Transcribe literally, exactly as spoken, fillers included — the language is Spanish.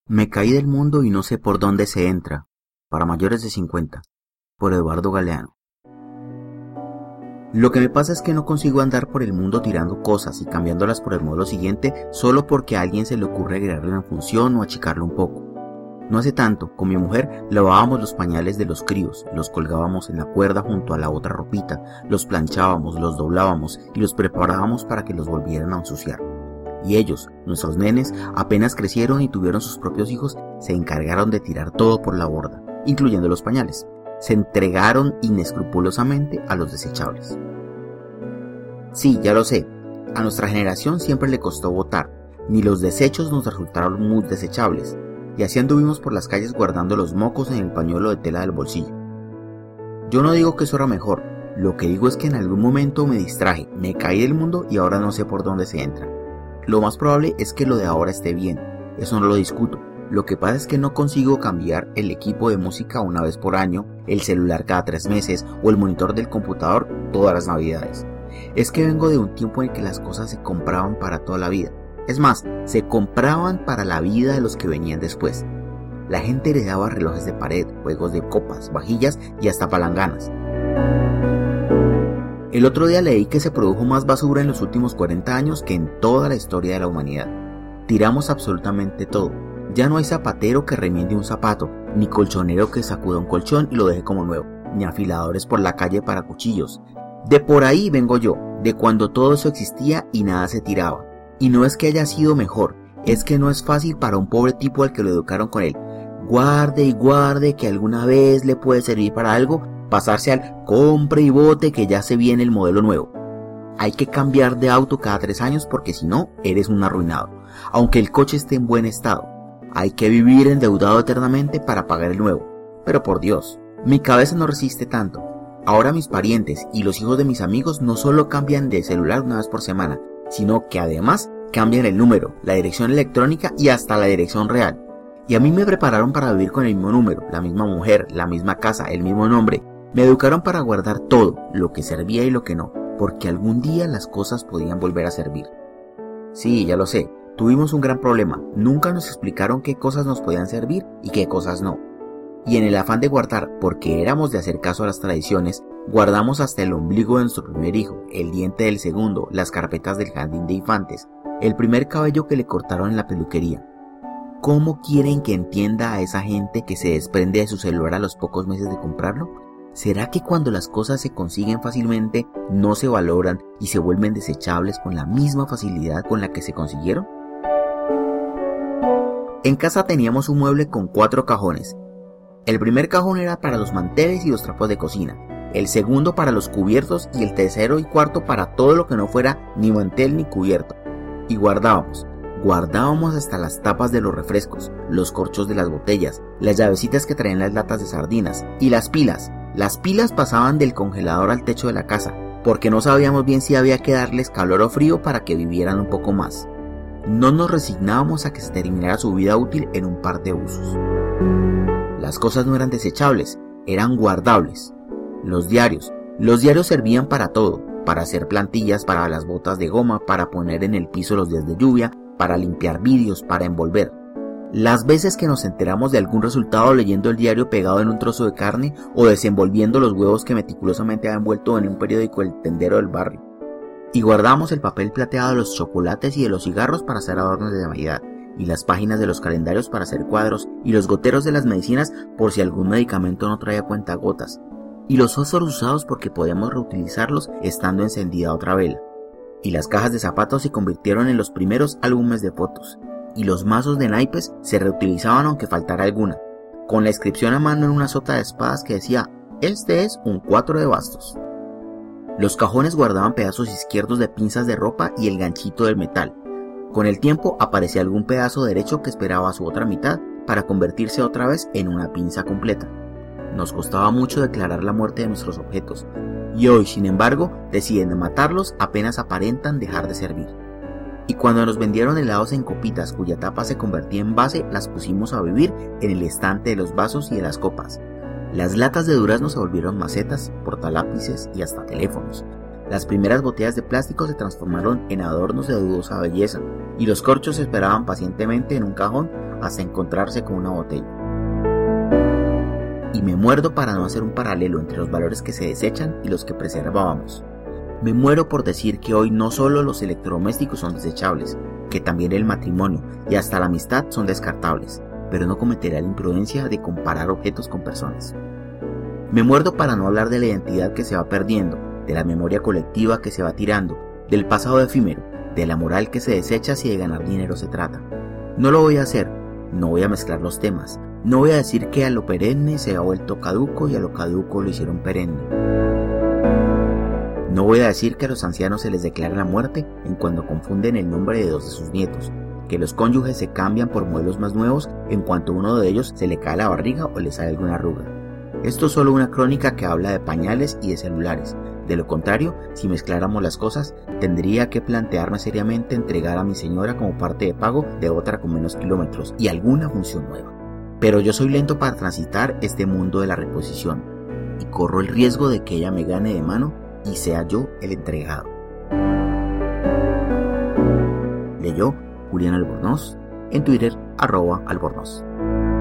Me caí del mundo y no sé por dónde se entra. Para mayores de cincuenta. Por Eduardo Galeano. Lo que me pasa es que no consigo andar por el mundo tirando cosas y cambiándolas por el modelo siguiente solo porque a alguien se le ocurre agregarle una función o achicarlo un poco. No hace tanto, con mi mujer lavábamos los pañales de los críos, los colgábamos en la cuerda junto a la otra ropita, los planchábamos, los doblábamos y los preparábamos para que los volvieran a ensuciar. Y ellos, nuestros nenes, apenas crecieron y tuvieron sus propios hijos, se encargaron de tirar todo por la borda, incluyendo los pañales. Se entregaron inescrupulosamente a los desechables. Sí, ya lo sé, a nuestra generación siempre le costó votar, ni los desechos nos resultaron muy desechables, y así anduvimos por las calles guardando los mocos en el pañuelo de tela del bolsillo. Yo no digo que eso era mejor, lo que digo es que en algún momento me distraje, me caí del mundo y ahora no sé por dónde se entra. Lo más probable es que lo de ahora esté bien, eso no lo discuto. Lo que pasa es que no consigo cambiar el equipo de música una vez por año, el celular cada tres meses o el monitor del computador todas las navidades. Es que vengo de un tiempo en que las cosas se compraban para toda la vida. Es más, se compraban para la vida de los que venían después. La gente heredaba relojes de pared, juegos de copas, vajillas y hasta palanganas. El otro día leí que se produjo más basura en los últimos cuarenta años que en toda la historia de la humanidad. Tiramos absolutamente todo. Ya no hay zapatero que remiende un zapato, ni colchonero que sacuda un colchón y lo deje como nuevo, ni afiladores por la calle para cuchillos. De por ahí vengo yo, de cuando todo eso existía y nada se tiraba. Y no es que haya sido mejor, es que no es fácil para un pobre tipo al que lo educaron con él. Guarde y guarde que alguna vez le puede servir para algo, pasarse al compre y bote que ya se viene el modelo nuevo. Hay que cambiar de auto cada tres años porque si no, eres un arruinado, aunque el coche esté en buen estado. Hay que vivir endeudado eternamente para pagar el nuevo. Pero por Dios, mi cabeza no resiste tanto. Ahora mis parientes y los hijos de mis amigos no solo cambian de celular una vez por semana, sino que además cambian el número, la dirección electrónica y hasta la dirección real. Y a mí me prepararon para vivir con el mismo número, la misma mujer, la misma casa, el mismo nombre. Me educaron para guardar todo, lo que servía y lo que no, porque algún día las cosas podían volver a servir. Sí, ya lo sé, tuvimos un gran problema, nunca nos explicaron qué cosas nos podían servir y qué cosas no. Y en el afán de guardar, porque éramos de hacer caso a las tradiciones, guardamos hasta el ombligo de nuestro primer hijo, el diente del segundo, las carpetas del jardín de infantes, el primer cabello que le cortaron en la peluquería. ¿Cómo quieren que entienda a esa gente que se desprende de su celular a los pocos meses de comprarlo? ¿Será que cuando las cosas se consiguen fácilmente no se valoran y se vuelven desechables con la misma facilidad con la que se consiguieron? En casa teníamos un mueble con cuatro cajones. El primer cajón era para los manteles y los trapos de cocina, el segundo para los cubiertos y el tercero y cuarto para todo lo que no fuera ni mantel ni cubierto. Y guardábamos, guardábamos hasta las tapas de los refrescos, los corchos de las botellas, las llavecitas que traían las latas de sardinas y las pilas. Las pilas pasaban del congelador al techo de la casa, porque no sabíamos bien si había que darles calor o frío para que vivieran un poco más. No nos resignábamos a que se terminara su vida útil en un par de usos. Las cosas no eran desechables, eran guardables. Los diarios, los diarios servían para todo, para hacer plantillas para las botas de goma, para poner en el piso los días de lluvia, para limpiar vidrios, para envolver. Las veces que nos enteramos de algún resultado leyendo el diario pegado en un trozo de carne o desenvolviendo los huevos que meticulosamente había envuelto en un periódico El Tendero del barrio. Y guardamos el papel plateado de los chocolates y de los cigarros para hacer adornos de Navidad, y las páginas de los calendarios para hacer cuadros, y los goteros de las medicinas por si algún medicamento no traía cuentagotas, y los fósforos usados porque podíamos reutilizarlos estando encendida otra vela. Y las cajas de zapatos se convirtieron en los primeros álbumes de fotos, y los mazos de naipes se reutilizaban aunque faltara alguna, con la inscripción a mano en una sota de espadas que decía, este es un cuatro de bastos. Los cajones guardaban pedazos izquierdos de pinzas de ropa y el ganchito del metal. Con el tiempo aparecía algún pedazo derecho que esperaba su otra mitad para convertirse otra vez en una pinza completa. Nos costaba mucho declarar la muerte de nuestros objetos, y hoy, sin embargo, deciden matarlos apenas aparentan dejar de servir. Y cuando nos vendieron helados en copitas cuya tapa se convertía en base, las pusimos a vivir en el estante de los vasos y de las copas. Las latas de durazno se volvieron macetas, portalápices y hasta teléfonos. Las primeras botellas de plástico se transformaron en adornos de dudosa belleza, y los corchos esperaban pacientemente en un cajón hasta encontrarse con una botella. Y me muerdo para no hacer un paralelo entre los valores que se desechan y los que preservábamos. Me muero por decir que hoy no solo los electrodomésticos son desechables, que también el matrimonio y hasta la amistad son descartables, pero no cometeré la imprudencia de comparar objetos con personas. Me muerdo para no hablar de la identidad que se va perdiendo, de la memoria colectiva que se va tirando, del pasado efímero, de la moral que se desecha si de ganar dinero se trata. No lo voy a hacer, no voy a mezclar los temas, no voy a decir que a lo perenne se ha vuelto caduco y a lo caduco lo hicieron perenne. No voy a decir que a los ancianos se les declara la muerte en cuando confunden el nombre de dos de sus nietos, que los cónyuges se cambian por modelos más nuevos en cuanto a uno de ellos se le cae la barriga o le sale alguna arruga. Esto es solo una crónica que habla de pañales y de celulares. De lo contrario, si mezcláramos las cosas, tendría que plantearme seriamente entregar a mi señora como parte de pago de otra con menos kilómetros y alguna función nueva. Pero yo soy lento para transitar este mundo de la reposición y corro el riesgo de que ella me gane de mano y sea yo el entregado. Leyó Julián Albornoz, en Twitter, arroba Albornoz.